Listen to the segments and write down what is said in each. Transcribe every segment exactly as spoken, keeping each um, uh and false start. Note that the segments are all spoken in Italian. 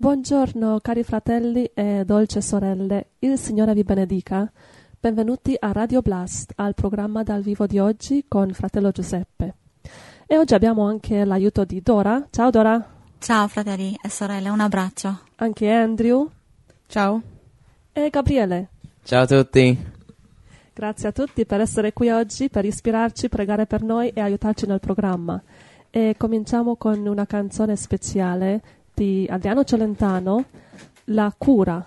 Buongiorno cari fratelli e dolci sorelle, il Signore vi benedica. Benvenuti a Radio Blast, al programma dal vivo di oggi con fratello Giuseppe. E oggi abbiamo anche l'aiuto di Dora. Ciao Dora. Ciao fratelli e sorelle, un abbraccio. Anche Andrew. Ciao. E Gabriele. Ciao a tutti. Grazie a tutti per essere qui oggi, per ispirarci, pregare per noi e aiutarci nel programma. E cominciamo con una canzone speciale di Adriano Celentano, La cura.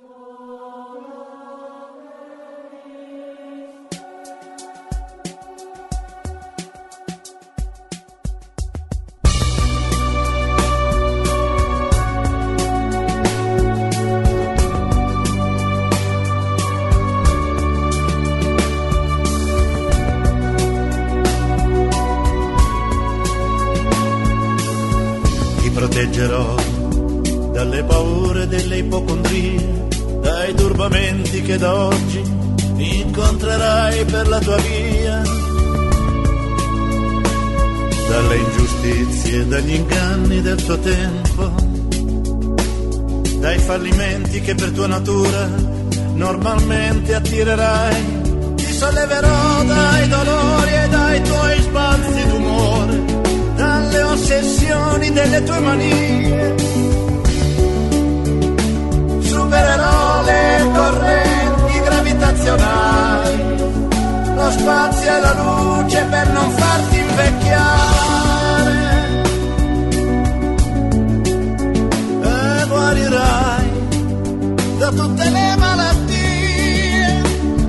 Proteggerò dalle paure delle ipocondrie, dai turbamenti che da oggi incontrerai per la tua via, dalle ingiustizie, dagli inganni del tuo tempo, dai fallimenti che per tua natura normalmente attirerai. Ti solleverò dai dolori e dai tuoi spazi d'umore, dalle ossessioni delle tue manie. Supererò le correnti gravitazionali, lo spazio e la luce per non farti invecchiare, e guarirai da tutte le malattie,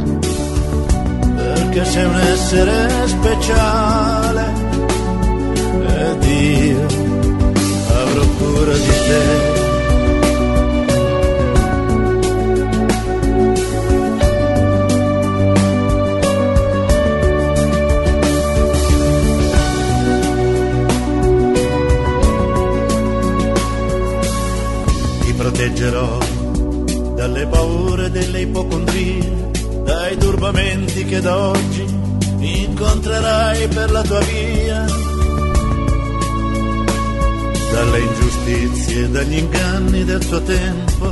perché sei un essere speciale ed io avrò cura di te. Ti proteggerò dalle paure delle ipocondrie, dai turbamenti che da oggi incontrerai per la tua via, dalle ingiustizie, dagli inganni del tuo tempo,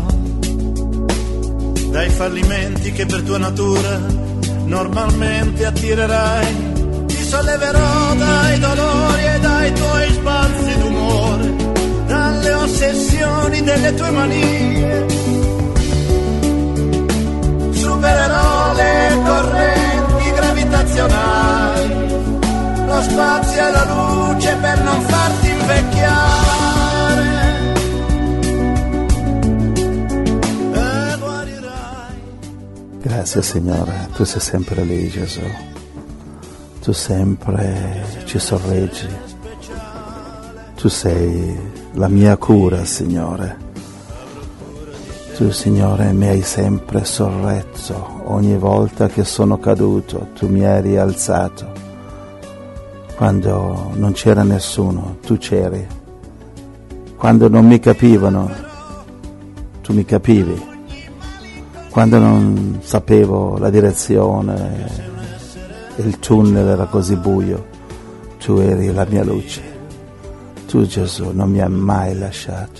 dai fallimenti che per tua natura normalmente attirerai. Ti solleverò dai dolori e dai tuoi spazi d'umore, dalle ossessioni delle tue manie. Supererò le correnti gravitazionali, lo spazio e la luce per non farti invecchiare. Grazie Signore, tu sei sempre lì Gesù, tu sempre ci sorreggi, tu sei la mia cura Signore, tu Signore mi hai sempre sorretto, ogni volta che sono caduto tu mi hai rialzato, quando non c'era nessuno tu c'eri, quando non mi capivano tu mi capivi, quando non sapevo la direzione, il tunnel era così buio, tu eri la mia luce. Tu Gesù non mi hai mai lasciato.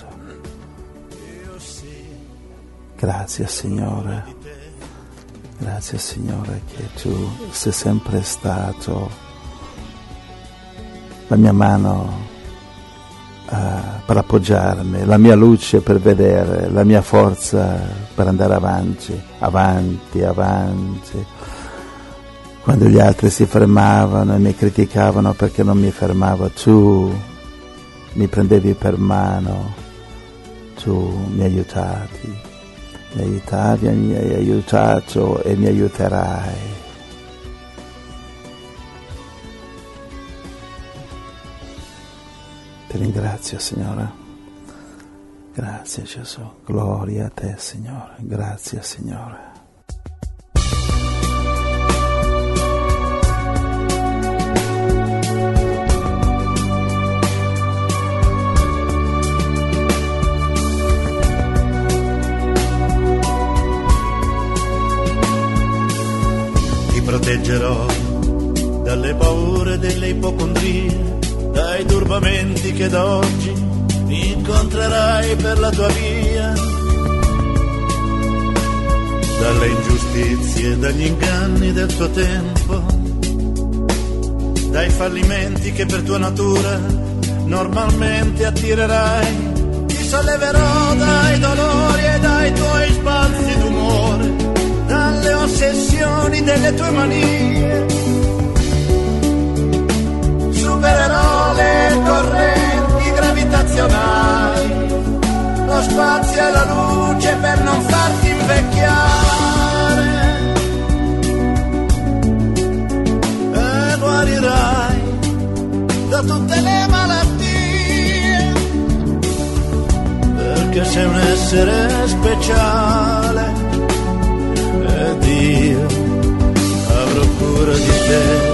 Grazie Signore, grazie Signore che tu sei sempre stato la mia mano Uh, per appoggiarmi, la mia luce per vedere, la mia forza per andare avanti, avanti, avanti. Quando gli altri si fermavano e mi criticavano perché non mi fermavo, tu mi prendevi per mano, tu mi aiutavi, mi aiutavi, mi hai aiutato e mi aiuterai. Ti ringrazio Signore, grazie Gesù, gloria a te Signore, grazie Signore. Ti proteggerò dalle paure delle ipocondrie, dai turbamenti che da oggi mi incontrerai per la tua via, dalle ingiustizie, dagli inganni del tuo tempo, dai fallimenti che per tua natura normalmente attirerai. Ti solleverò dai dolori e dai tuoi spazi d'umore, dalle ossessioni delle tue manie. Supererò le correnti gravitazionali, lo spazio e la luce per non farti invecchiare, e guarirai da tutte le malattie, perché sei un essere speciale ed io avrò cura di te.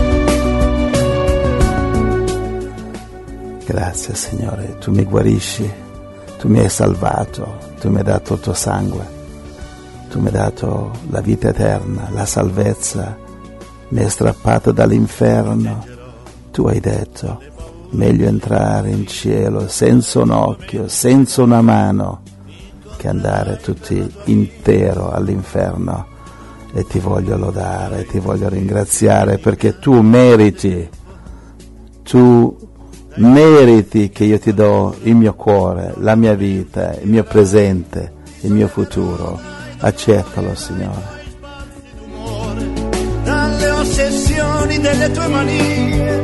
Grazie Signore, tu mi guarisci, tu mi hai salvato, tu mi hai dato il tuo sangue, tu mi hai dato la vita eterna, la salvezza, mi hai strappato dall'inferno. Tu hai detto, meglio entrare in cielo senza un occhio, senza una mano, che andare tutti intero all'inferno. E ti voglio lodare, ti voglio ringraziare perché tu meriti, tu meriti che io ti do il mio cuore, la mia vita, il mio presente, il mio futuro. Accettalo, Signore. Dalle ossessioni delle tue manie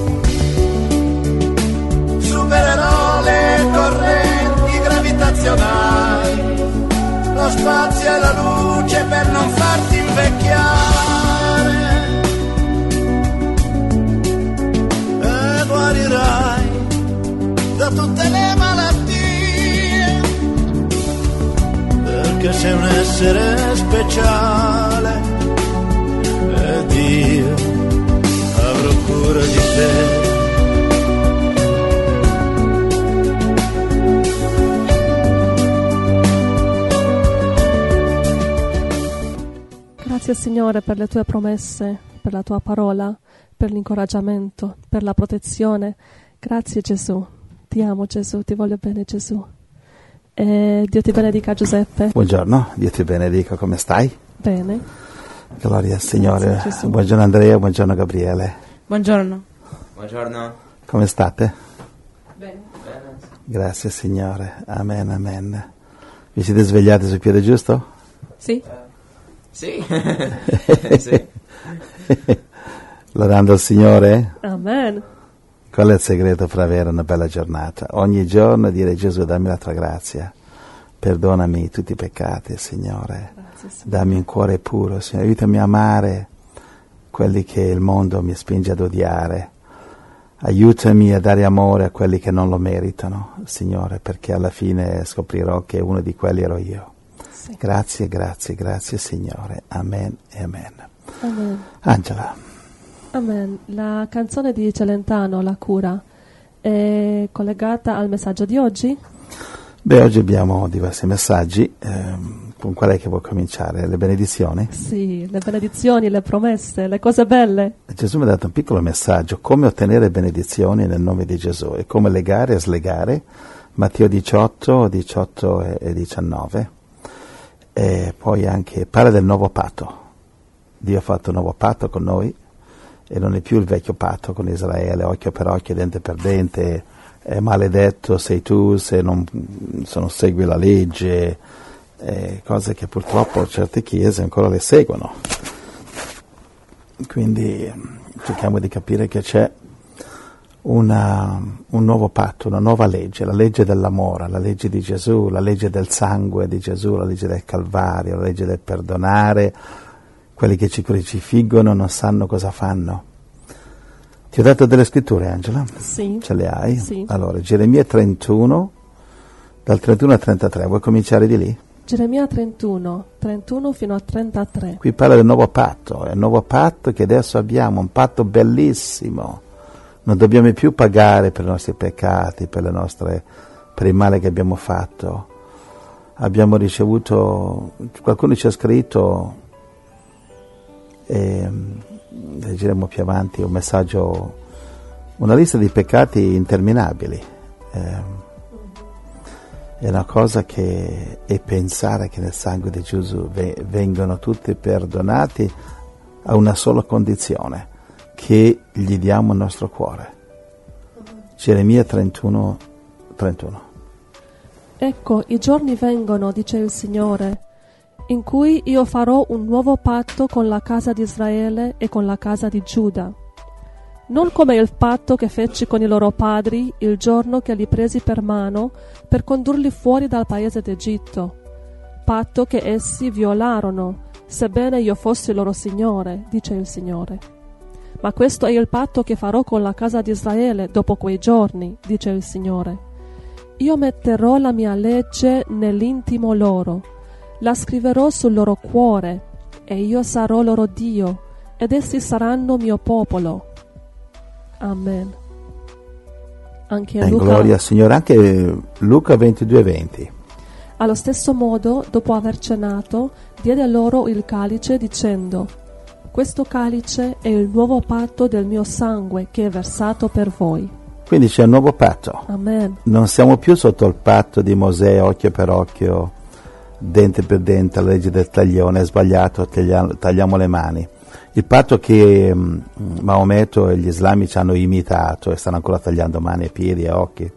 supererò le correnti gravitazionali, lo spazio e la luce per non farti invecchiare, e guarirai da tutte le malattie, perché sei un essere speciale ed io avrò cura di te. Grazie Signore per le tue promesse, per la tua parola, per l'incoraggiamento, per la protezione. Grazie Gesù, ti amo Gesù, ti voglio bene Gesù. E Dio ti benedica Giuseppe. Buongiorno, Dio ti benedica, come stai? Bene. Gloria al Signore. Buongiorno Andrea, buongiorno Gabriele. Buongiorno. Buongiorno. Come state? Bene. Bene. Grazie Signore, amen, amen. Vi siete svegliati sul piede giusto? Sì. Sì. Sì. Lodando il Signore? Amen. Qual è il segreto per avere una bella giornata? Ogni giorno dire Gesù dammi la tua grazia, perdonami tutti i peccati Signore, Grazie, Signore. dammi un cuore puro Signore, aiutami a amare quelli che il mondo mi spinge ad odiare, aiutami a dare amore a quelli che non lo meritano Signore, perché alla fine scoprirò che uno di quelli ero io. Sì. Grazie, grazie, grazie Signore, amen e amen. Amen. Angela. Amen. La canzone di Celentano, La cura, è collegata al messaggio di oggi? Beh, oggi abbiamo diversi messaggi, ehm, con quale che vuoi cominciare? Le benedizioni? Sì, le benedizioni, le promesse, le cose belle. Gesù mi ha dato un piccolo messaggio, come ottenere benedizioni nel nome di Gesù e come legare e slegare, Matteo diciotto, diciotto e diciannove. E poi anche parla del nuovo patto. Dio ha fatto un nuovo patto con noi e non è più il vecchio patto con Israele, occhio per occhio, dente per dente, è maledetto sei tu se non, se non segui la legge, eh, cose che purtroppo certe chiese ancora le seguono. Quindi cerchiamo di capire che c'è una, un nuovo patto, una nuova legge, la legge dell'amore, la legge di Gesù, la legge del sangue di Gesù, la legge del Calvario, la legge del perdonare. Quelli che ci crocifiggono non sanno cosa fanno. Ti ho dato delle scritture, Angela? Sì. Ce le hai? Sì. Allora, Geremia trentuno, dal trentuno al trentatré, vuoi cominciare di lì? Geremia trentuno, trentuno fino a trentatré. Qui parla del nuovo patto, è un nuovo patto che adesso abbiamo, un patto bellissimo. Non dobbiamo più pagare per i nostri peccati, per le nostre, per il male che abbiamo fatto. Abbiamo ricevuto, qualcuno ci ha scritto, e leggeremo più avanti un messaggio, una lista di peccati interminabili. Eh, è una cosa che è pensare che nel sangue di Gesù ve- vengono tutti perdonati a una sola condizione, che gli diamo il nostro cuore. Geremia trentuno, trentuno. Ecco, i giorni vengono, dice il Signore, in cui io farò un nuovo patto con la casa di Israele e con la casa di Giuda. Non come il patto che feci con i loro padri il giorno che li presi per mano per condurli fuori dal paese d'Egitto, patto che essi violarono, sebbene io fossi loro Signore, dice il Signore. Ma questo è il patto che farò con la casa di Israele dopo quei giorni, dice il Signore. Io metterò la mia legge nell'intimo loro, la scriverò sul loro cuore, e io sarò loro Dio, ed essi saranno mio popolo. Amen. Anche Eh, Luca, gloria al Signore, anche Luca ventidue venti. allo stesso modo, dopo aver cenato, diede loro il calice dicendo: questo calice è il nuovo patto del mio sangue che è versato per voi. Quindi c'è un nuovo patto. Amen. Non siamo più sotto il patto di Mosè, occhio per occhio, dente per dente, la legge del taglione, è sbagliato, tagliamo, tagliamo le mani. Il patto che um, Maometto e gli islamici hanno imitato e stanno ancora tagliando mani e piedi e occhi.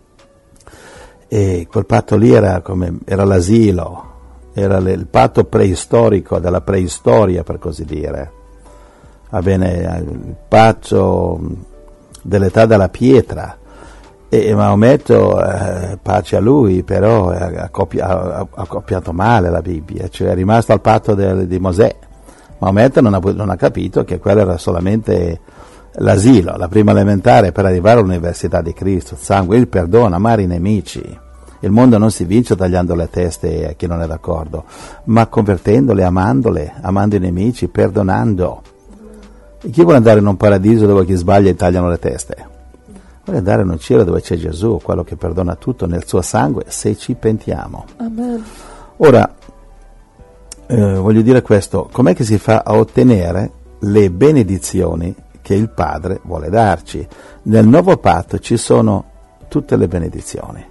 E quel patto lì era, come, era l'asilo, era le, il patto preistorico della preistoria, per così dire. Va bene, il patto dell'età della pietra. E Maometto, eh, pace a lui, però ha, coppia, ha, ha copiato male la Bibbia, cioè è rimasto al patto del, di Mosè. Maometto non ha, non ha capito che quello era solamente l'asilo, la prima elementare per arrivare all'università di Cristo, il sangue, il perdono, amare i nemici. Il mondo non si vince tagliando le teste a chi non è d'accordo, ma convertendole, amandole, amando i nemici, perdonando. E chi vuole andare in un paradiso dove chi sbaglia e tagliano le teste? Vuole andare in un cielo dove c'è Gesù, quello che perdona tutto nel suo sangue, se ci pentiamo. Amen. Ora, eh, voglio dire questo, com'è che si fa a ottenere le benedizioni che il Padre vuole darci? Nel nuovo patto ci sono tutte le benedizioni,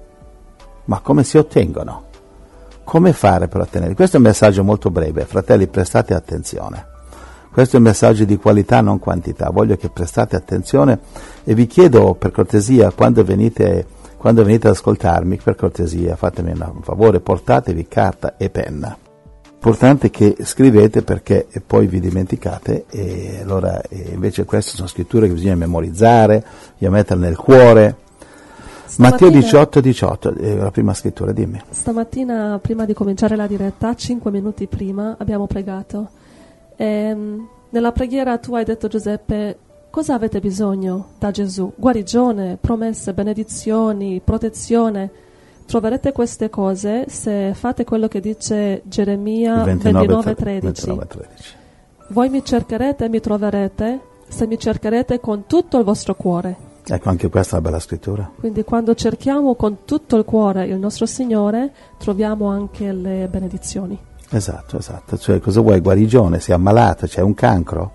ma come si ottengono? Come fare per ottenere? Questo è un messaggio molto breve, fratelli, prestate attenzione. Questo è un messaggio di qualità, non quantità. Voglio che prestate attenzione e vi chiedo per cortesia, quando venite, quando venite ad ascoltarmi, per cortesia, fatemi un favore, portatevi carta e penna. Importante che scrivete, perché poi vi dimenticate, e allora e invece queste sono scritture che bisogna memorizzare, bisogna mettere nel cuore. Stamattina, Matteo diciotto diciotto, è la prima scrittura, dimmi. Stamattina, prima di cominciare la diretta, cinque minuti prima, abbiamo pregato. E, nella preghiera tu hai detto, Giuseppe, cosa avete bisogno da Gesù? Guarigione, promesse, benedizioni, protezione. Troverete queste cose se fate quello che dice Geremia ventinove tredici. Voi mi cercherete e mi troverete se mi cercherete con tutto il vostro cuore. Ecco, anche questa è una bella scrittura. Quindi quando cerchiamo con tutto il cuore il nostro Signore, troviamo anche le benedizioni. Esatto, esatto. Cioè, cosa vuoi? Guarigione? Sei ammalato? C'è un cancro?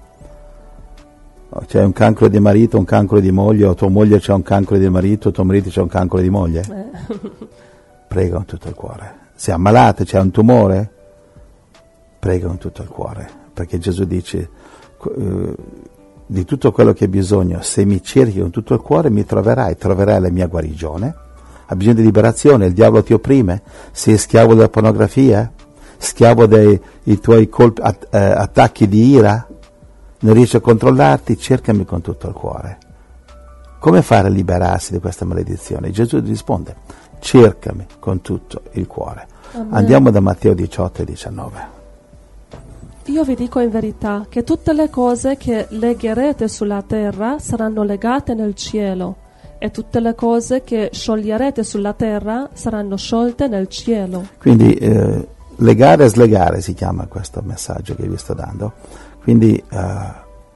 C'è un cancro di marito, un cancro di moglie, o tua moglie c'è un cancro di marito, o tuo marito c'è un cancro di moglie? Eh. Prega con tutto il cuore. Sei ammalato? C'è un tumore? Prega con tutto il cuore. Perché Gesù dice, eh, di tutto quello che hai bisogno, se mi cerchi con tutto il cuore mi troverai, troverai la mia guarigione. Hai bisogno di liberazione? Il diavolo ti opprime? Sei schiavo della pornografia? Schiavo dei i tuoi colpi, att, eh, attacchi di ira? Non riesci a controllarti? Cercami con tutto il cuore. Come fare a liberarsi di questa maledizione? Gesù risponde, cercami con tutto il cuore. Amen. Andiamo da Matteo diciotto e diciannove. Io vi dico in verità che tutte le cose che legherete sulla terra saranno legate nel cielo, e tutte le cose che scioglierete sulla terra saranno sciolte nel cielo. Quindi eh, legare e slegare si chiama questo messaggio che vi sto dando. Quindi eh,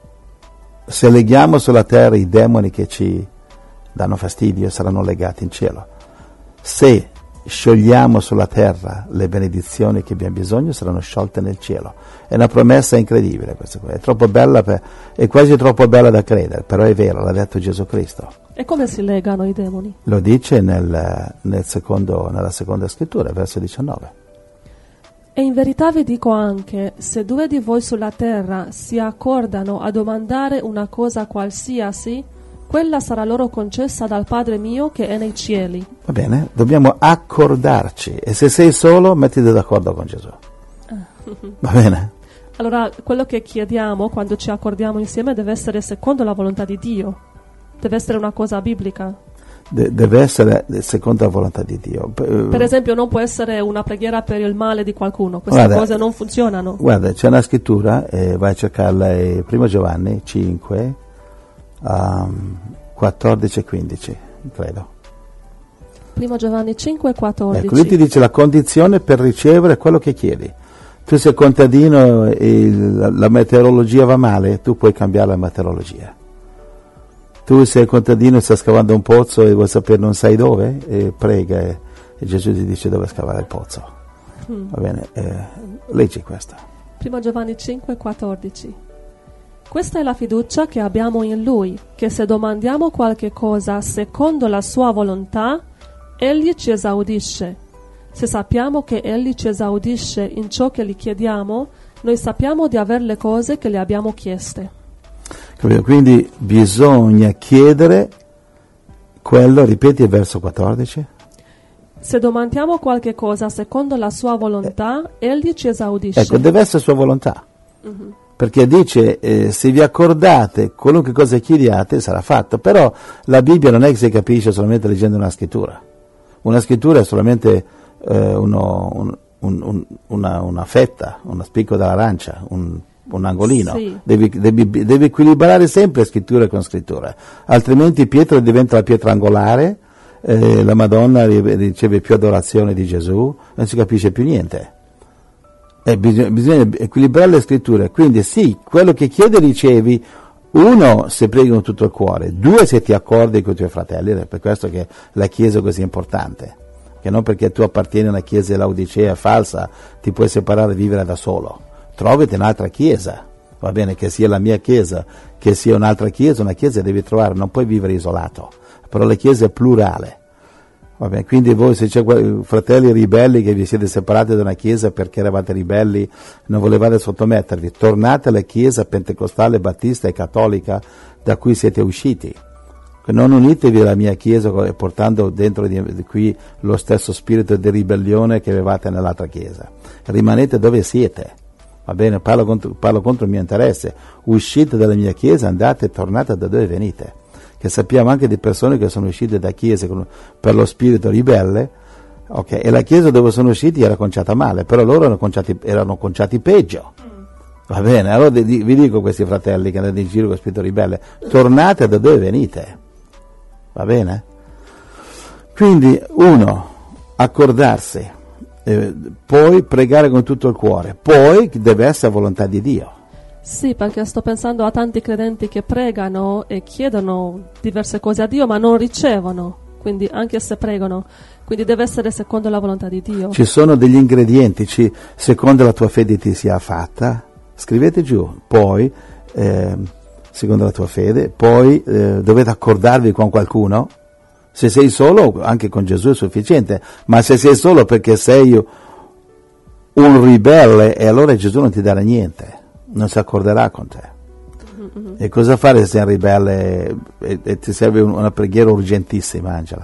se leghiamo sulla terra i demoni che ci danno fastidio, saranno legati in cielo. Se sciogliamo sulla terra le benedizioni che abbiamo bisogno, saranno sciolte nel cielo. È una promessa incredibile questa qua, è troppo bella, per, è quasi troppo bella da credere, però è vero, l'ha detto Gesù Cristo. E come si legano i demoni? Lo dice nel, nel secondo, nella seconda scrittura, verso diciannove. E in verità vi dico anche, se due di voi sulla terra si accordano a domandare una cosa qualsiasi, quella sarà loro concessa dal Padre mio che è nei cieli. Va bene, dobbiamo accordarci, e se sei solo, mettiti d'accordo con Gesù. Va bene? Allora, quello che chiediamo quando ci accordiamo insieme deve essere secondo la volontà di Dio, deve essere una cosa biblica. De- deve essere secondo la volontà di Dio. Per esempio, non può essere una preghiera per il male di qualcuno, queste Guarda, cose non funzionano. Guarda, c'è una scrittura, eh, vai a cercarla, è primo Giovanni cinque, um, quattordici e quindici, credo. Primo Giovanni cinque, quattordici. Ecco, lui ti dice la condizione per ricevere quello che chiedi. Tu sei contadino e la, la meteorologia va male, tu puoi cambiare la meteorologia. Tu sei contadino e stai scavando un pozzo e vuoi sapere non sai dove, e prega e, e Gesù ti dice dove scavare il pozzo. Mm. Va bene, eh, leggi questo. Primo Giovanni cinque, quattordici. Questa è la fiducia che abbiamo in Lui, che se domandiamo qualche cosa secondo la sua volontà, Egli ci esaudisce. Se sappiamo che Egli ci esaudisce in ciò che gli chiediamo, noi sappiamo di avere le cose che le abbiamo chieste. Quindi bisogna chiedere quello, ripeti il verso quattordici. Se domandiamo qualche cosa secondo la sua volontà, eh. Egli ci esaudisce. Ecco, deve essere sua volontà. Uh-huh. Perché dice, eh, se vi accordate, qualunque cosa chiediate sarà fatto. Però la Bibbia non è che si capisce solamente leggendo una scrittura. Una scrittura è solamente eh, uno, un, un, un, una, una fetta, una spicco dell'arancia, un, un angolino. Sì. Devi, devi, devi equilibrare sempre scrittura con scrittura. Altrimenti Pietro diventa la pietra angolare, eh, la Madonna riceve più adorazione di Gesù, non si capisce più niente. Eh, bisogna, bisogna equilibrare le scritture, quindi sì, quello che chiedi ricevi, uno se preghi con tutto il cuore, due se ti accordi con i tuoi fratelli, è per questo che la Chiesa è così importante, che non perché tu appartieni a una Chiesa dell'Odicea falsa ti puoi separare e vivere da solo, trovati un'altra Chiesa, va bene, che sia la mia Chiesa, che sia un'altra Chiesa, una Chiesa devi trovare, non puoi vivere isolato, però la Chiesa è plurale. Va bene, quindi voi se c'è fratelli ribelli che vi siete separati da una chiesa perché eravate ribelli, non volevate sottomettervi, tornate alla chiesa pentecostale, battista e cattolica da cui siete usciti. Non unitevi alla mia chiesa portando dentro di qui lo stesso spirito di ribellione che avevate nell'altra chiesa. Rimanete dove siete. Va bene, parlo contro, parlo contro il mio interesse. Uscite dalla mia chiesa, andate e tornate da dove venite. Che sappiamo anche di persone che sono uscite da chiese con, per lo spirito ribelle, okay, e la chiesa dove sono usciti era conciata male, però loro erano conciati, erano conciati peggio. Mm. Va bene, allora vi, vi dico a questi fratelli che andate in giro con lo spirito ribelle, tornate da dove venite. Va bene? Quindi, uno, accordarsi, eh, poi pregare con tutto il cuore, poi deve essere volontà di Dio. Sì, perché sto pensando a tanti credenti che pregano e chiedono diverse cose a Dio ma non ricevono, quindi anche se pregano, quindi deve essere secondo la volontà di Dio. Ci sono degli ingredienti, ci, secondo la tua fede ti sia fatta, scrivete giù, poi eh, secondo la tua fede, poi eh, dovete accordarvi con qualcuno, se sei solo anche con Gesù è sufficiente, ma se sei solo perché sei un ribelle e allora Gesù non ti darà niente. Non si accorderà con te. Mm-hmm. E cosa fare se sei un ribelle e, e ti serve un, una preghiera urgentissima, Angela?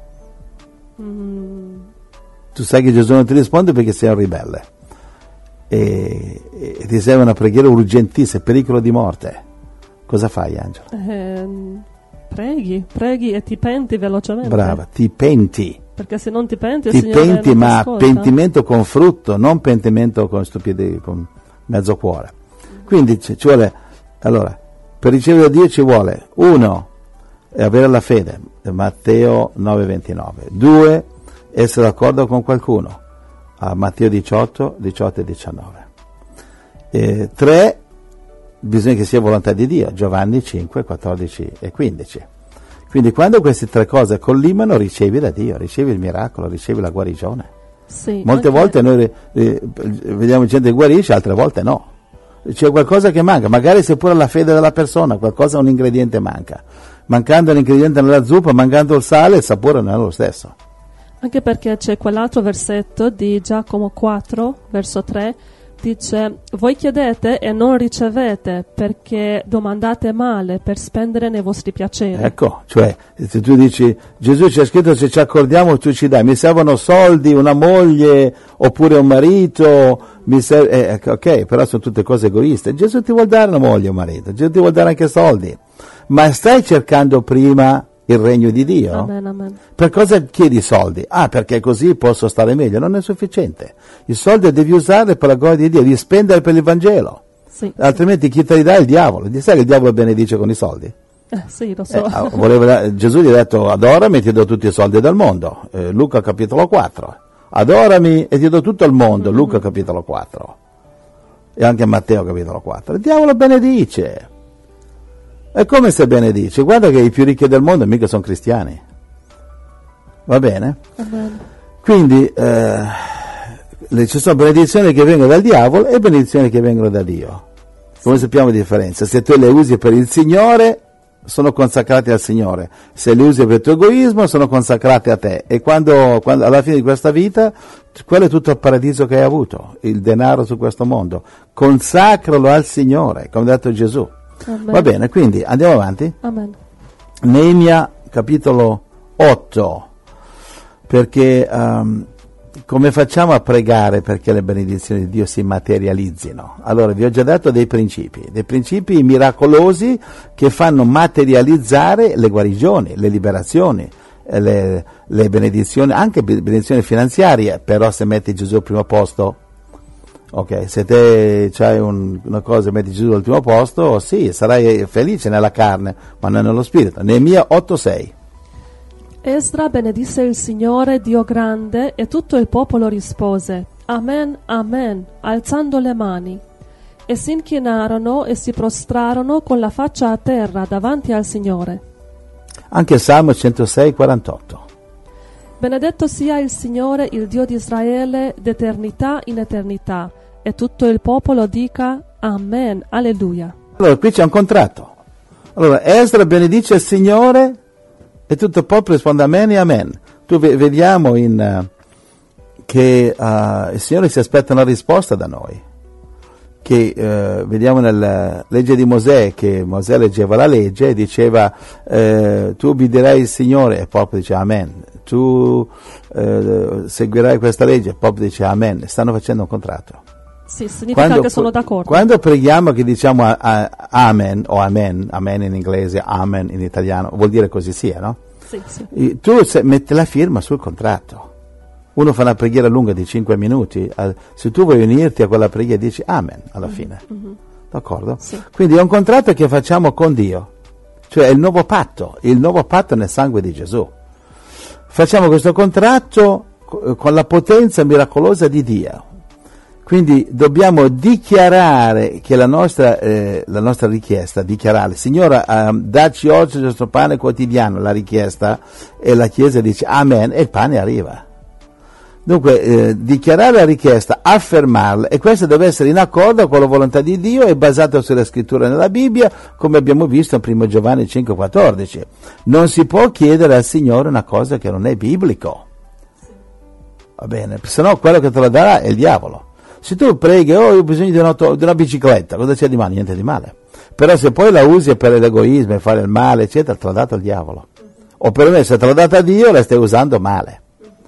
Mm. Tu sai che Gesù non ti risponde perché sei un ribelle e, e ti serve una preghiera urgentissima, pericolo di morte. Cosa fai, Angela? Eh, preghi, preghi e ti penti velocemente. Brava, ti penti. Perché se non ti penti, ti il Signore penti, non ma ti ascolta. Pentimento con frutto, non pentimento con stupidità, con mezzo cuore. Quindi ci vuole, allora, per ricevere da Dio ci vuole, uno, avere la fede, Matteo nove ventinove, due, essere d'accordo con qualcuno, a Matteo diciotto, diciotto e diciannove, e tre, bisogna che sia volontà di Dio, Giovanni cinque, quattordici e quindici. Quindi quando queste tre cose collimano ricevi da Dio, ricevi il miracolo, ricevi la guarigione. Sì, Molte anche... volte noi eh, vediamo gente che guarisce, altre volte no. C'è qualcosa che manca, magari sia pure la fede della persona, qualcosa, un ingrediente manca. Mancando l'ingrediente nella zuppa, mancando il sale, il sapore non è lo stesso. Anche perché c'è quell'altro versetto di Giacomo quattro, verso tre, dice: voi chiedete e non ricevete perché domandate male per spendere nei vostri piaceri. Ecco, cioè se tu dici Gesù c'è scritto se ci accordiamo tu ci dai, mi servono soldi, una moglie oppure un marito, mi serve, eh, ok, però sono tutte cose egoiste. Gesù ti vuol dare una moglie o un marito, Gesù ti vuol dare anche soldi, ma stai cercando prima il regno di Dio? Amen, amen. Per cosa chiedi soldi? Ah, perché così posso stare meglio. Non è sufficiente. I soldi devi usarli per la gloria di Dio, devi spendere per il Vangelo. Sì, altrimenti chi te li dà è il diavolo. Sai che il diavolo benedice con i soldi? Eh, sì, lo so. Eh, voleva, Gesù gli ha detto adorami e ti do tutti i soldi del mondo. Eh, Luca capitolo quattro. Adorami e ti do tutto il mondo. Mm-hmm. Luca capitolo quattro. E anche Matteo capitolo quattro. Il diavolo benedice. È come se benedice. Guarda che i più ricchi del mondo mica sono cristiani. Va bene? Amen. Quindi eh, le, ci sono benedizioni che vengono dal diavolo e benedizioni che vengono da Dio. Come sappiamo la differenza? Se tu le usi per il Signore, sono consacrati al Signore. Se le usi per il tuo egoismo, sono consacrati a te. E quando, quando alla fine di questa vita, quello è tutto il paradiso che hai avuto, il denaro su questo mondo. Consacralo al Signore, come ha detto Gesù. Amen. Va bene, quindi andiamo avanti. Amen. Neemia capitolo otto, perché um, come facciamo a pregare perché le benedizioni di Dio si materializzino? Allora vi ho già dato dei principi, dei principi miracolosi che fanno materializzare le guarigioni, le liberazioni, le, le benedizioni, anche benedizioni finanziarie, però se metti Gesù al primo posto. Ok, se te c'hai un, una cosa e metti Gesù al primo posto, sì, sarai felice nella carne, ma non nello spirito. Neemia otto sei. Esdra benedisse il Signore Dio grande e tutto il popolo rispose Amen, Amen, alzando le mani. E si inchinarono e si prostrarono con la faccia a terra davanti al Signore. Anche Salmo centosei quarantotto. Benedetto sia il Signore, il Dio di Israele, d'eternità in eternità, e tutto il popolo dica Amen, Alleluia. Allora, qui c'è un contratto. Allora, Esdra benedice il Signore e tutto il popolo risponde Amen e Amen. Tu v- vediamo in, uh, che uh, il Signore si aspetta una risposta da noi. Che uh, vediamo nella legge di Mosè, che Mosè leggeva la legge e diceva uh, tu obbedirai il Signore e il popolo dice Amen. Tu eh, seguirai questa legge, il popolo dice Amen, stanno facendo un contratto. Sì, significa quando, che sono d'accordo. Quando preghiamo che diciamo a, a, Amen o Amen, Amen in inglese, Amen in italiano, vuol dire così sia, no? Sì, sì. E tu se, metti la firma sul contratto. Uno fa una preghiera lunga di cinque minuti, eh, se tu vuoi unirti a quella preghiera dici Amen alla fine, mm-hmm. D'accordo? Sì. Quindi è un contratto che facciamo con Dio, cioè il nuovo patto, il nuovo patto nel sangue di Gesù. Facciamo questo contratto con la potenza miracolosa di Dio. Quindi dobbiamo dichiarare che la nostra, eh, la nostra richiesta, dichiarare, Signore, eh, dacci oggi il nostro pane quotidiano, la richiesta, e la Chiesa dice Amen, e il pane arriva. Dunque, eh, dichiarare la richiesta, affermarla, e questo deve essere in accordo con la volontà di Dio e basato sulle scritture nella Bibbia, come abbiamo visto in primo Giovanni cinque quattordici. Non si può chiedere al Signore una cosa che non è biblico. Va bene, se no quello che te la darà è il diavolo. Se tu preghi, oh, io ho bisogno di una, di una bicicletta, cosa c'è di male? Niente di male. Però se poi la usi per l'egoismo e fare il male, eccetera, te l'ha data il diavolo. O perlomeno se te l'ha data Dio, la stai usando male.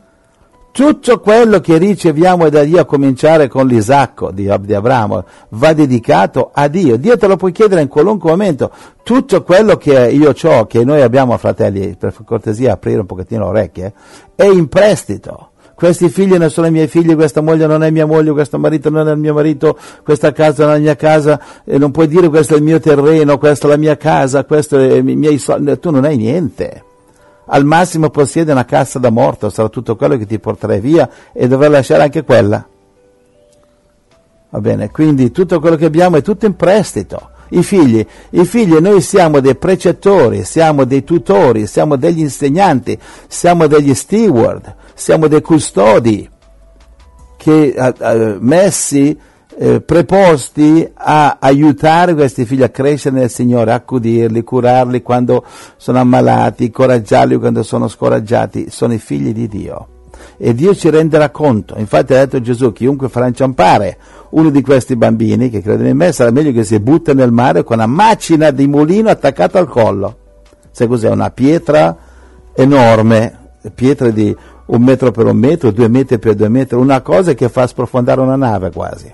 Tutto quello che riceviamo da Dio, a cominciare con l'Isacco di, di Abramo, va dedicato a Dio. Dio te lo puoi chiedere in qualunque momento. Tutto quello che io ho, che noi abbiamo, fratelli, per cortesia aprire un pochettino le orecchie, è in prestito. Questi figli non sono i miei figli, questa moglie non è mia moglie, questo marito non è il mio marito, questa casa non è la mia casa, e non puoi dire questo è il mio terreno, questa è la mia casa, questo è i miei soldi. Tu non hai niente. Al massimo possiede una cassa da morto, sarà tutto quello che ti porterai via e dovrai lasciare anche quella. Va bene, quindi tutto quello che abbiamo è tutto in prestito. I figli, i figli noi siamo dei precettori, siamo dei tutori, siamo degli insegnanti, siamo degli steward, siamo dei custodi che eh, eh, messi Eh, preposti a aiutare questi figli a crescere nel Signore, accudirli, curarli quando sono ammalati, incoraggiarli quando sono scoraggiati. Sono i figli di Dio e Dio ci renderà conto. Infatti ha detto Gesù: chiunque farà inciampare uno di questi bambini che credono in me, sarà meglio che si butta nel mare con una macina di mulino attaccata al collo. Sai cos'è? Una pietra enorme, pietra di un metro per un metro, due metri per due metri, una cosa che fa sprofondare una nave quasi.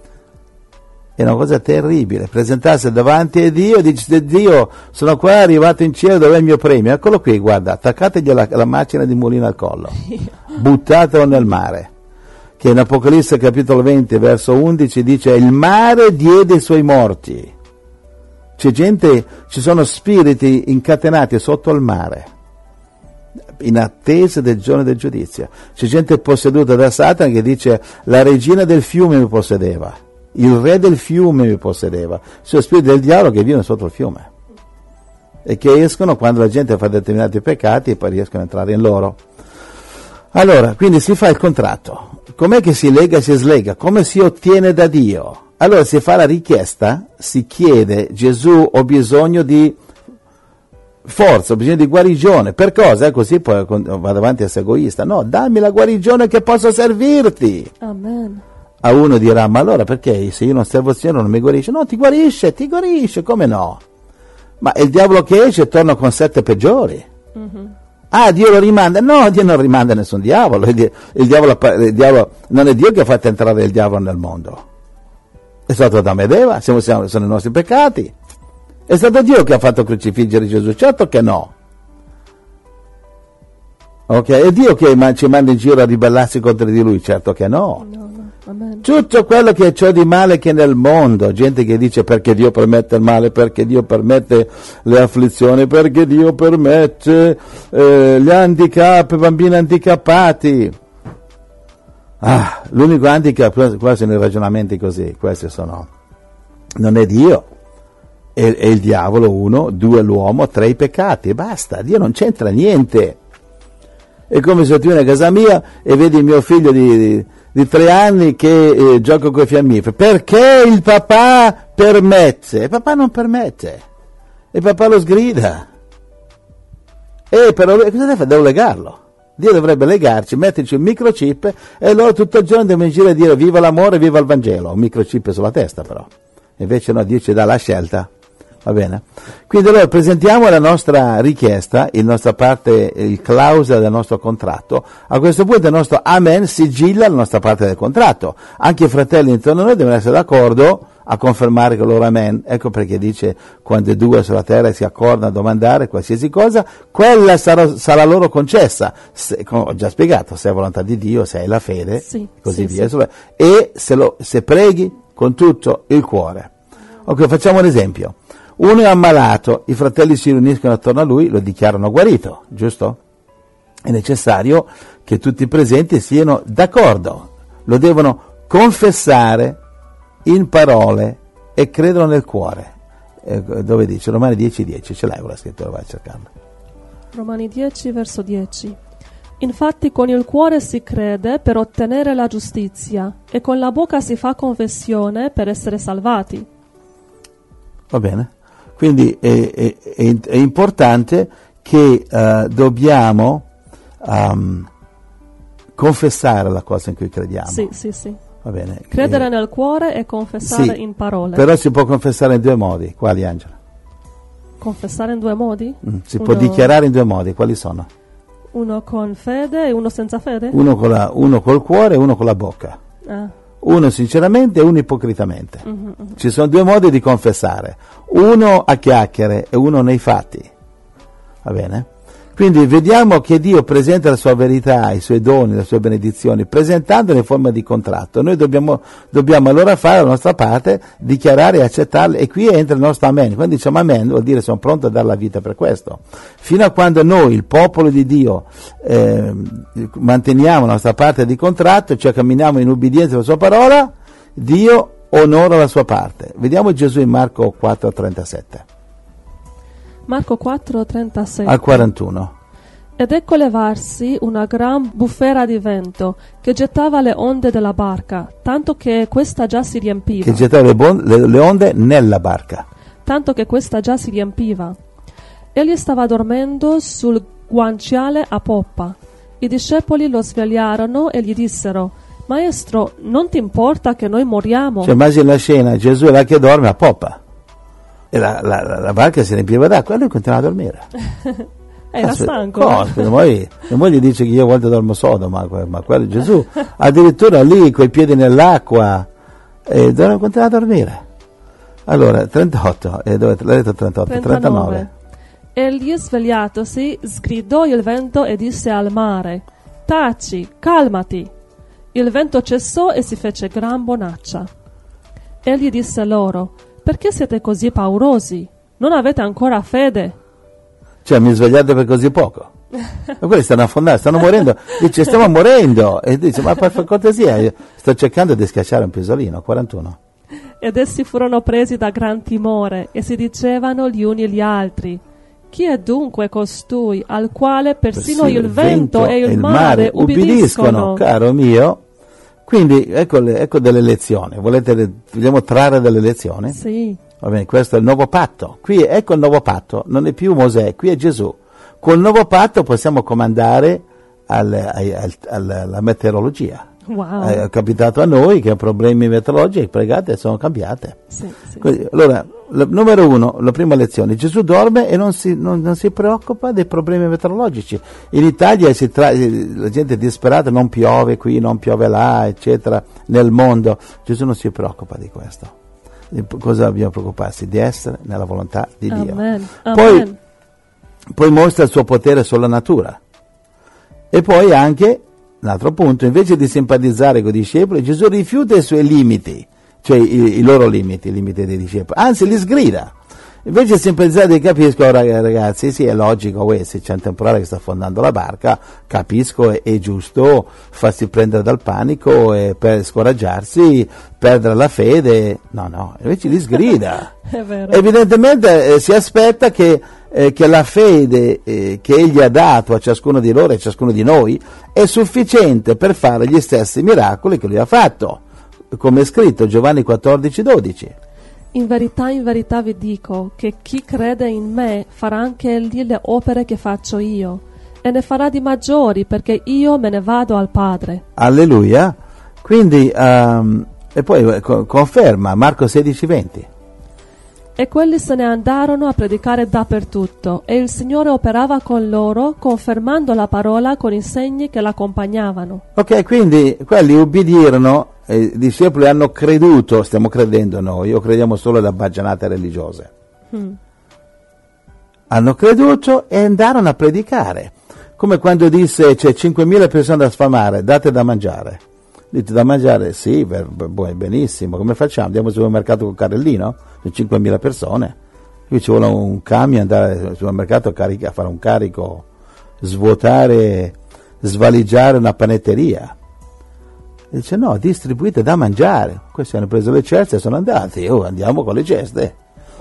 È una cosa terribile, presentarsi davanti a Dio e dice: Dio, sono qua arrivato in cielo, dov'è il mio premio? Eccolo qui, guarda, attaccategli la, la macchina di mulino al collo, buttatelo nel mare. Che in Apocalisse capitolo venti verso undici dice: il mare diede i suoi morti. C'è gente, ci sono spiriti incatenati sotto il mare, in attesa del giorno del giudizio. C'è gente posseduta da Satana che dice: la regina del fiume mi possedeva, il re del fiume mi possedeva. Sono spiriti del diavolo che vivono sotto il fiume e che escono quando la gente fa determinati peccati e poi riescono a entrare in loro. Allora, quindi si fa il contratto. Com'è che si lega e si slega? Come si ottiene da Dio? Allora si fa la richiesta, si chiede: Gesù, ho bisogno di forza, ho bisogno di guarigione. Per cosa? Così poi vado avanti a essere egoista. No, dammi la guarigione che posso servirti. Amen. A uno dirà: ma allora perché se io non servo il Signore non mi guarisce? No, ti guarisce, ti guarisce, come no? Ma il diavolo che esce torna con sette peggiori. Mm-hmm. Ah, Dio lo rimanda? No, Dio non rimanda nessun diavolo. Il, il, diavolo, il diavolo non è Dio che ha fatto entrare il diavolo nel mondo. È stato Adamo ed Eva, siamo, siamo, sono i nostri peccati. È stato Dio che ha fatto crocifiggere Gesù? Certo che no. Ok, è Dio che ci manda in giro a ribellarsi contro di Lui? Certo che no. No, no. Amen. Tutto quello che c'è di male che nel mondo, gente che dice: perché Dio permette il male, perché Dio permette le afflizioni, perché Dio permette eh, gli handicap, i bambini handicappati. Ah, l'unico handicap, quasi sono i ragionamenti così, questi sono, non è Dio, è, è il diavolo, uno, due l'uomo, tre i peccati, e basta, Dio non c'entra niente. È come se tu vieni a casa mia e vedi mio figlio di, di, di tre anni che eh, gioca con i fiammiferi. Perché il papà permette? Il papà non permette. Il papà lo sgrida. E però cosa deve fare? Devo legarlo. Dio dovrebbe legarci, metterci un microchip e loro tutto il giorno devono girare a dire: viva l'amore, viva il Vangelo. Un microchip sulla testa però. Invece no, Dio ci dà la scelta. Va bene? Quindi allora presentiamo la nostra richiesta, la nostra parte, il clausola del nostro contratto. A questo punto il nostro amen sigilla la nostra parte del contratto. Anche i fratelli intorno a noi devono essere d'accordo a confermare che loro amen. Ecco perché dice: quando due sulla terra si accordano a domandare qualsiasi cosa, quella sarà, sarà loro concessa. Se, come ho già spiegato, se è volontà di Dio, se hai la fede, sì, così sì, via. Sì. E se, lo, se preghi con tutto il cuore. Ok, facciamo un esempio. Uno è ammalato, i fratelli si riuniscono attorno a lui, lo dichiarano guarito, giusto? È necessario che tutti i presenti siano d'accordo, lo devono confessare in parole e credono nel cuore. Eh, dove dice? Romani dieci dieci, ce l'hai quella scrittura, vai a cercarla. Romani dieci verso dieci. Infatti con il cuore si crede per ottenere la giustizia e con la bocca si fa confessione per essere salvati. Va bene? Quindi è, è, è, è importante che uh, dobbiamo um, confessare la cosa in cui crediamo. Sì, sì, sì. Va bene. Credere eh, nel cuore e confessare sì, in parole. Però si può confessare in due modi. Quali, Angela? Confessare in due modi? Mm, si uno, può dichiarare in due modi. Quali sono? Uno con fede e uno senza fede? Uno, con la, uno col cuore e uno con la bocca. Ah. Uno sinceramente e uno ipocritamente. Mm-hmm. Ci sono due modi di confessare, uno a chiacchiere e uno nei fatti. Va bene? Quindi vediamo che Dio presenta la sua verità, i suoi doni, le sue benedizioni, presentandole in forma di contratto. Noi dobbiamo, dobbiamo allora fare la nostra parte, dichiarare e accettarle, e qui entra il nostro amen. Quando diciamo amen vuol dire sono pronto a dare la vita per questo. Fino a quando noi, il popolo di Dio, eh, manteniamo la nostra parte di contratto, cioè camminiamo in ubbidienza alla sua parola, Dio onora la sua parte. Vediamo Gesù in Marco quattro trentasette. Marco quattro trentasette. Al quarantuno. Ed ecco levarsi una gran bufera di vento che gettava le onde della barca, tanto che questa già si riempiva. Che gettava le, bon- le, le onde nella barca. Tanto che questa già si riempiva. Egli stava dormendo sul guanciale a poppa. I discepoli lo svegliarono e gli dissero: Maestro, non ti importa che noi moriamo? Cioè, immagina la scena, Gesù è là che dorme a poppa e la, la, la, la barca si riempiva d'acqua e lui continuava a dormire. Era Aspetta, stanco. No, aspetta, poi, mia moglie dice che io a volte dormo sodo, ma, ma quello Gesù addirittura lì coi piedi nell'acqua e continuava a dormire. Allora, trentotto, eh, dove l'hai detto trentotto? trentanove. trentanove. Egli svegliatosi sgridò il vento e disse al mare: Taci, calmati. Il vento cessò e si fece gran bonaccia. Egli disse loro: Perché siete così paurosi? Non avete ancora fede? Cioè, mi svegliate per così poco? Ma quelli stanno affondando, stanno morendo. Dice, stiamo morendo. E dice, ma per cortesia, io sto cercando di schiacciare un pisolino. quarantuno. Ed essi furono presi da gran timore e si dicevano gli uni gli altri: Chi è dunque costui al quale persino Persino il vento e il mare ubbidiscono? Caro mio, quindi ecco, le, ecco delle lezioni. Volete, vogliamo trarre delle lezioni? Sì. Va bene, questo è il nuovo patto. Qui ecco il nuovo patto, non è più Mosè, qui è Gesù. Col nuovo patto possiamo comandare al, al, al, alla meteorologia. Wow. È capitato a noi che problemi meteorologici, pregate, sono cambiate. Sì, sì. Quindi, allora, la, numero uno, la prima lezione: Gesù dorme e non si, non, non si preoccupa dei problemi meteorologici. In Italia si tra, la gente è disperata, non piove qui, non piove là, eccetera, nel mondo. Gesù non si preoccupa di questo. Di cosa dobbiamo preoccuparsi? Di essere nella volontà di Dio. Amen. Poi, Amen. poi mostra il suo potere sulla natura. E poi anche, un altro punto, invece di simpatizzare con i discepoli, Gesù rifiuta i suoi limiti, cioè i, i loro limiti, i limiti dei discepoli, anzi li sgrida. Invece di simpatizzare, capisco ragazzi, sì, è logico, uè, se c'è un temporale che sta affondando la barca, capisco, è, è giusto farsi prendere dal panico e per scoraggiarsi, perdere la fede. No, no, invece li sgrida. È vero. Evidentemente eh, si aspetta che Eh, che la fede eh, che egli ha dato a ciascuno di loro e a ciascuno di noi è sufficiente per fare gli stessi miracoli che lui ha fatto, come è scritto Giovanni quattordici dodici. In verità, in verità vi dico che chi crede in me farà anche egli le opere che faccio io, e ne farà di maggiori, perché io me ne vado al Padre. Alleluia. Quindi, um, e poi co- conferma Marco sedici venti. E quelli se ne andarono a predicare dappertutto, e il Signore operava con loro, confermando la parola con i segni che l'accompagnavano. Ok, quindi quelli ubbidirono, eh, i discepoli hanno creduto, stiamo credendo noi, o crediamo solo alle baggianate religiose. Hmm. Hanno creduto e andarono a predicare. Come quando disse, c'è cinquemila persone da sfamare, date da mangiare. Dite da mangiare? Sì, per, per, benissimo. Come facciamo? Andiamo al supermercato con carrellino? Sono cinquemila persone. Qui ci vuole un camion, andare al supermercato a, carica, a fare un carico, svuotare, svaligiare una panetteria. E dice no, distribuite da mangiare. Questi hanno preso le ceste e sono andati. Oh, andiamo con le ceste.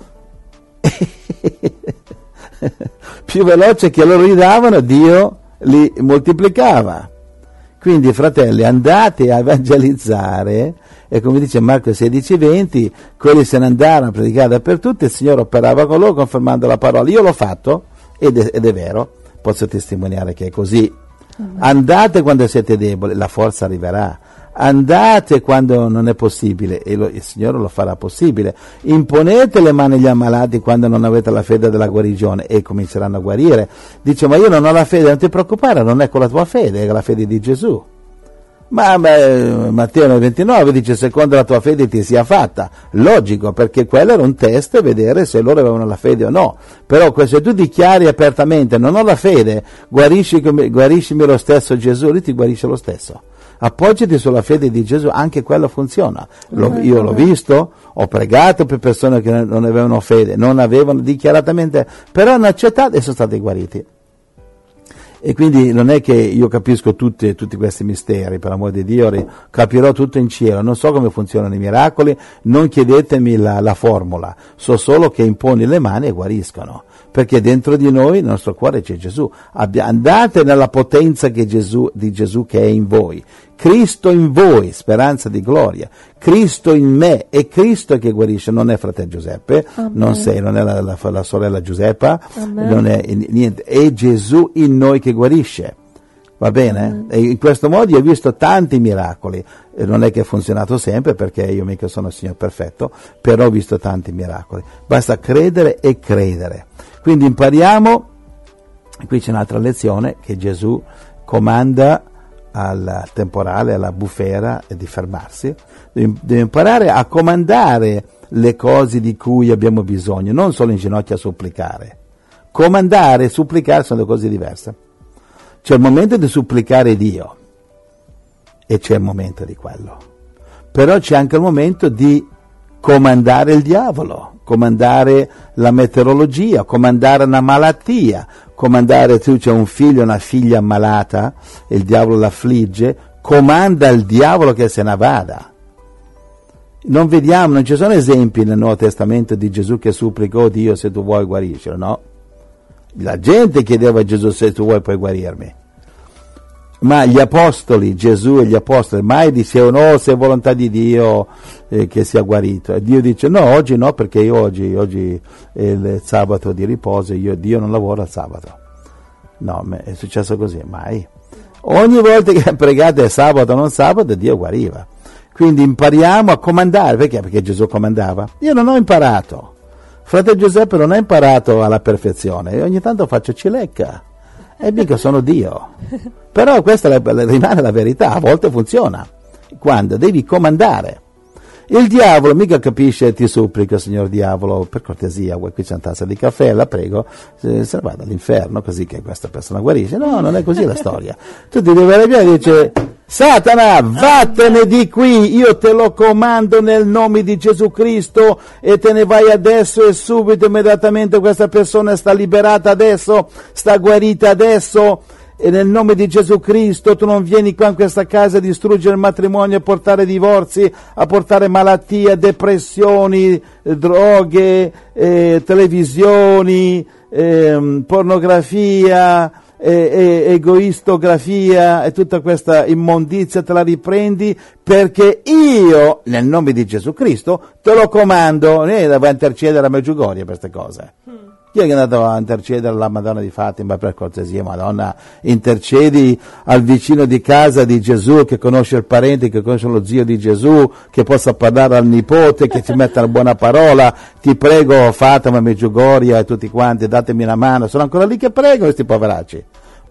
Più veloce che loro gli davano, Dio li moltiplicava. Quindi, fratelli, andate a evangelizzare, e come dice Marco sedici venti, quelli se ne andarono a predicare dappertutto, e il Signore operava con loro confermando la parola. Io l'ho fatto, ed è, ed è vero, posso testimoniare che è così. Amen. Andate quando siete deboli, la forza arriverà. Andate quando non è possibile, e lo, il Signore lo farà possibile. Imponete le mani agli ammalati quando non avete la fede della guarigione, e cominceranno a guarire. Dice, ma io non ho la fede, non ti preoccupare, non è con la tua fede, è la fede di Gesù. Ma beh, Matteo ventinove dice, secondo la tua fede ti sia fatta. Logico, perché quello era un test, vedere se loro avevano la fede o no. Però se tu dichiari apertamente, non ho la fede, guarisci, guariscimi lo stesso Gesù, lui ti guarisce lo stesso. Appoggiati sulla fede di Gesù, anche quello funziona. Lo, io l'ho visto, ho pregato per persone che non avevano fede, non avevano dichiaratamente, però hanno accettato e sono stati guariti. E quindi non è che io capisco tutti, tutti questi misteri, per l'amor di Dio, capirò tutto in cielo, non so come funzionano i miracoli, non chiedetemi la, la formula, so solo che imponi le mani e guariscono, perché dentro di noi, nel nostro cuore c'è Gesù. Abbia, andate nella potenza che Gesù, di Gesù che è in voi, Cristo in voi, speranza di gloria, Cristo in me, è Cristo che guarisce, non è fratello Giuseppe, Amen. non sei, non è la, la, la sorella Giuseppa, Amen. non è niente, è Gesù in noi che guarisce, va bene? Amen. E in questo modo io ho visto tanti miracoli, e non è che è funzionato sempre perché io mica sono il Signore perfetto, però ho visto tanti miracoli, basta credere e credere. Quindi impariamo, qui c'è un'altra lezione, che Gesù comanda al temporale, alla bufera, di fermarsi, deve imparare a comandare le cose di cui abbiamo bisogno, non solo in ginocchio a supplicare. Comandare e supplicare sono due cose diverse. C'è il momento di supplicare Dio e c'è il momento di quello, però c'è anche il momento di comandare il diavolo, comandare la meteorologia, comandare una malattia, comandare, tu c'è un figlio, una figlia ammalata, e il diavolo l'affligge, comanda il diavolo che se ne vada. Non vediamo, non ci sono esempi nel Nuovo Testamento di Gesù che supplica, oh Dio, se tu vuoi guariscilo, no? La gente chiedeva a Gesù, se tu vuoi puoi guarirmi. Ma gli apostoli, Gesù e gli apostoli, mai dicevano, no, se è volontà di Dio eh, che sia guarito. E Dio dice, no, oggi no, perché io oggi, oggi è il sabato di riposo, io Dio non lavora il sabato. No, è successo così, mai. Ogni volta che pregate sabato o non sabato, Dio guariva. Quindi impariamo a comandare, perché? Perché Gesù comandava. Io non ho imparato. Fratello Giuseppe non ha imparato alla perfezione, e ogni tanto faccio cilecca. E mica sono Dio. Però questa rimane la verità, a volte funziona. Quando devi comandare. Il diavolo mica capisce, ti supplico, signor diavolo, per cortesia, vuoi qui c'è una tazza di caffè, la prego, se, se ne vada all'inferno, così che questa persona guarisce. No, non è così la storia. Tu ti devi arrabbiare e dice, Satana, vattene di qui, io te lo comando nel nome di Gesù Cristo, e te ne vai adesso e subito, immediatamente questa persona sta liberata adesso, sta guarita adesso, e nel nome di Gesù Cristo tu non vieni qua in questa casa a distruggere il matrimonio, a portare divorzi, a portare malattie, depressioni, droghe, eh, televisioni, eh, pornografia, eh, eh, egoistografia e tutta questa immondizia, te la riprendi, perché io nel nome di Gesù Cristo te lo comando. E devo intercedere a Medjugorje per queste cose. Chi è che è andato a intercedere alla Madonna di Fatima? Per cortesia, Madonna, intercedi al vicino di casa di Gesù, che conosce il parente, che conosce lo zio di Gesù, che possa parlare al nipote, che ti metta una buona parola. Ti prego, Fatima, Medjugorje e tutti quanti, datemi una mano. Sono ancora lì che prego questi poveracci.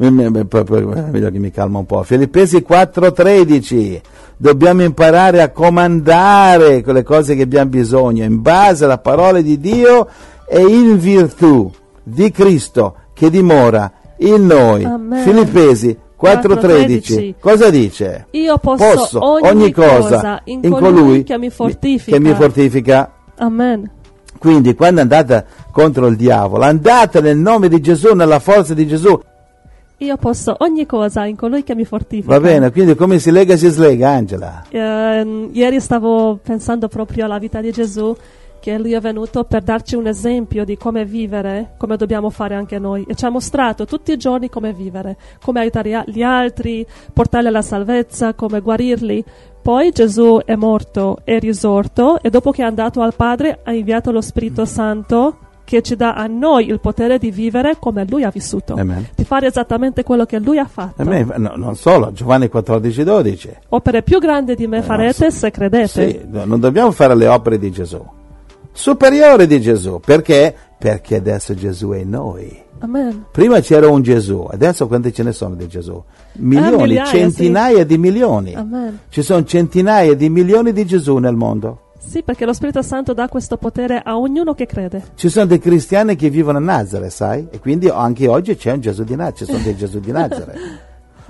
Meglio che mi calma un po'. Filippesi quattro tredici. Dobbiamo imparare a comandare quelle cose che abbiamo bisogno in base alla parola di Dio e in virtù di Cristo che dimora in noi. Amen. Filippesi quattro tredici. Cosa dice? Io posso, posso ogni, ogni cosa, cosa in, in colui, colui che mi fortifica. Che mi fortifica. Amen. Quindi quando andate contro il diavolo, andate nel nome di Gesù, nella forza di Gesù. Io posso ogni cosa in colui che mi fortifica. Va bene, quindi come si lega si slega, Angela. Uh, ieri stavo pensando proprio alla vita di Gesù, che lui è venuto per darci un esempio di come vivere, come dobbiamo fare anche noi, e ci ha mostrato tutti i giorni come vivere, come aiutare gli altri, portarli alla salvezza, come guarirli. Poi Gesù è morto, è risorto, e dopo che è andato al Padre ha inviato lo Spirito Santo, che ci dà a noi il potere di vivere come lui ha vissuto. Amen. Di fare esattamente quello che lui ha fatto. Amen. No, non solo, Giovanni quattordici dodici. Opere più grandi di me eh, farete so, se credete. Sì, no, non dobbiamo fare le opere di Gesù, superiore di Gesù. Perché? Perché adesso Gesù è in noi. Amen. Prima c'era un Gesù, adesso quanti ce ne sono di Gesù? Milioni, eh, migliaia, centinaia sì. di milioni. Amen. Ci sono centinaia di milioni di Gesù nel mondo. Sì, perché lo Spirito Santo dà questo potere a ognuno che crede. Ci sono dei cristiani che vivono a Nazareth, sai? E quindi anche oggi c'è un Gesù di Nazareth, ci sono dei Gesù di Nazareth.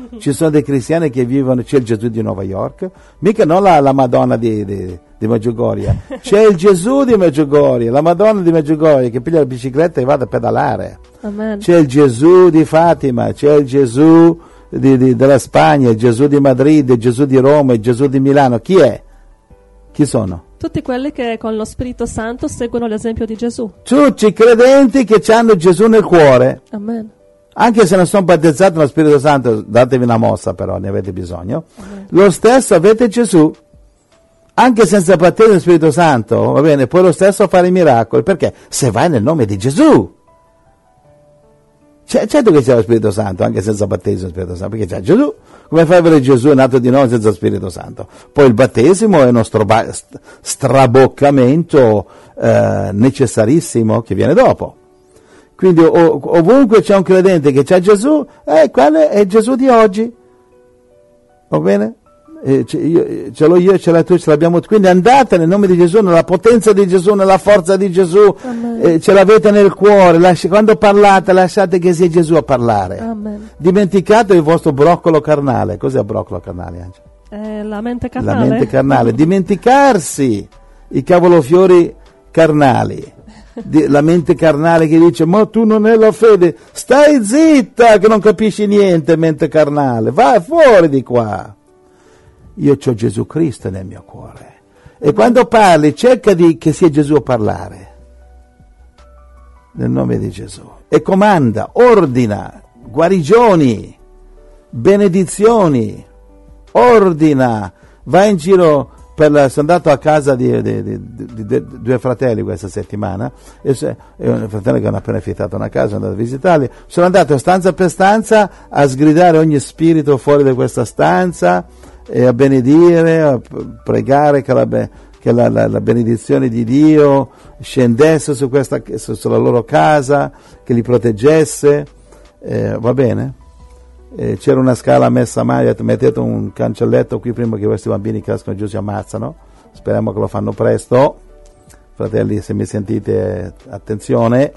Ci sono dei cristiani che vivono, c'è il Gesù di New York, mica non la, la Madonna di, di, di Medjugorje, c'è il Gesù di Medjugorje, la Madonna di Medjugorje che piglia la bicicletta e va a pedalare. Amen. C'è il Gesù di Fatima, c'è il Gesù di, di, della Spagna, il Gesù di Madrid, il Gesù di Roma, il Gesù di Milano. Chi è? Chi sono? Tutti quelli che con lo Spirito Santo seguono l'esempio di Gesù. Tutti i credenti che hanno Gesù nel cuore. Amen. Anche se non sono battezzati nello Spirito Santo, datevi una mossa però, ne avete bisogno. Amen. Lo stesso avete Gesù, anche senza battesimo dello Spirito Santo, va bene, puoi lo stesso fare i miracoli, perché se vai nel nome di Gesù. C'è, certo che c'è lo Spirito Santo, anche senza battesimo dello Spirito Santo, perché c'è Gesù. Come fai a vedere Gesù è nato di nuovo senza Spirito Santo? Poi il battesimo è uno stroba- straboccamento eh, necessarissimo che viene dopo. Quindi ov- ovunque c'è un credente che c'ha Gesù, eh, quello è Gesù di oggi. Va bene? Eh, ce, io, ce l'ho io, ce l'hai tu, ce l'abbiamo tutti. Quindi andate nel nome di Gesù, nella potenza di Gesù, nella forza di Gesù, eh, ce l'avete nel cuore. Lasci, quando parlate, lasciate che sia Gesù a parlare. Amen. Dimenticate il vostro broccolo carnale. Cos'è il broccolo carnale, Angela? Eh, la mente carnale. La mente carnale. Dimenticarsi i cavolofiori carnali. Di, la mente carnale che dice: ma tu non hai la fede, stai zitta che non capisci niente, mente carnale, vai fuori di qua. Io ho Gesù Cristo nel mio cuore e quando parli cerca di che sia Gesù a parlare nel nome di Gesù e comanda, ordina guarigioni, benedizioni, ordina, vai in giro per la, sono andato a casa di, di, di, di, di due fratelli questa settimana e, se, e un fratello che hanno appena affittato una casa, sono andato a visitarli, sono andato stanza per stanza a sgridare ogni spirito fuori da questa stanza e a benedire, a pregare che la, che la, la, la benedizione di Dio scendesse su questa, su, sulla loro casa, che li proteggesse, eh, va bene? Eh, c'era una scala messa mai, ho detto, mettete un cancelletto qui prima che questi bambini cascano giù, si ammazzano, speriamo che lo fanno presto, fratelli, se mi sentite attenzione,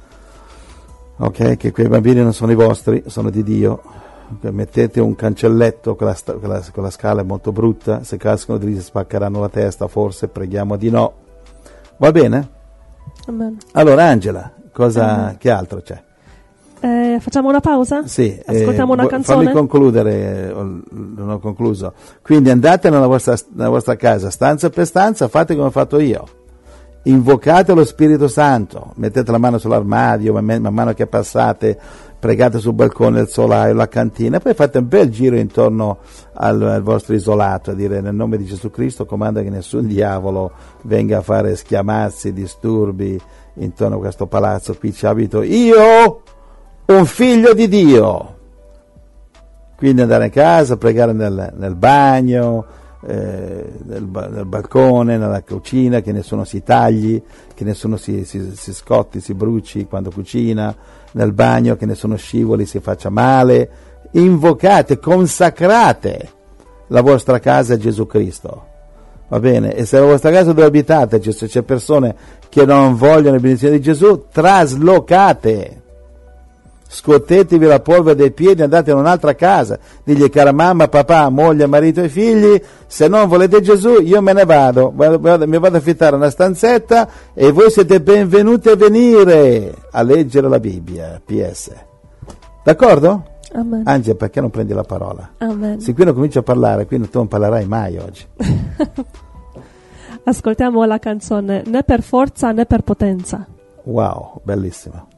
ok, che quei bambini non sono i vostri, sono di Dio. Mettete un cancelletto, quella, quella, quella scala è molto brutta, se cascano di lì si spaccheranno la testa, forse preghiamo di no. Va bene? Amen. Allora Angela, cosa, Amen. Che altro c'è? Eh, facciamo una pausa? Sì. Ascoltiamo eh, una canzone? Fammi concludere, non ho concluso. Quindi andate nella vostra, nella vostra casa, stanza per stanza, fate come ho fatto io. Invocate lo Spirito Santo, mettete la mano sull'armadio, man mano che passate, pregate sul balcone, il solaio, la cantina, poi fate un bel giro intorno al, al vostro isolato, a dire nel nome di Gesù Cristo comanda che nessun diavolo venga a fare schiamazzi, disturbi intorno a questo palazzo, qui ci abito io, un figlio di Dio. Quindi andare in casa, pregare nel, nel bagno, eh, nel, nel balcone, nella cucina, che nessuno si tagli, che nessuno si, si, si scotti, si bruci quando cucina, nel bagno, che nessuno scivoli, si faccia male. Invocate, consacrate la vostra casa a Gesù Cristo, va bene? E se la vostra casa dove abitate se c'è persone che non vogliono le benedizioni di Gesù, traslocate, scuotetevi la polvere dai piedi, andate in un'altra casa, digli: cara mamma, papà, moglie, marito e figli, se non volete Gesù io me ne vado, vado, vado mi vado a affittare una stanzetta e voi siete benvenuti a venire a leggere la Bibbia, P S. D'accordo? Amen. Angela, perché non prendi la parola? Amen. Se qui non cominci a parlare, qui tu non parlerai mai oggi. Ascoltiamo la canzone Né per forza né per potenza. Wow, bellissima.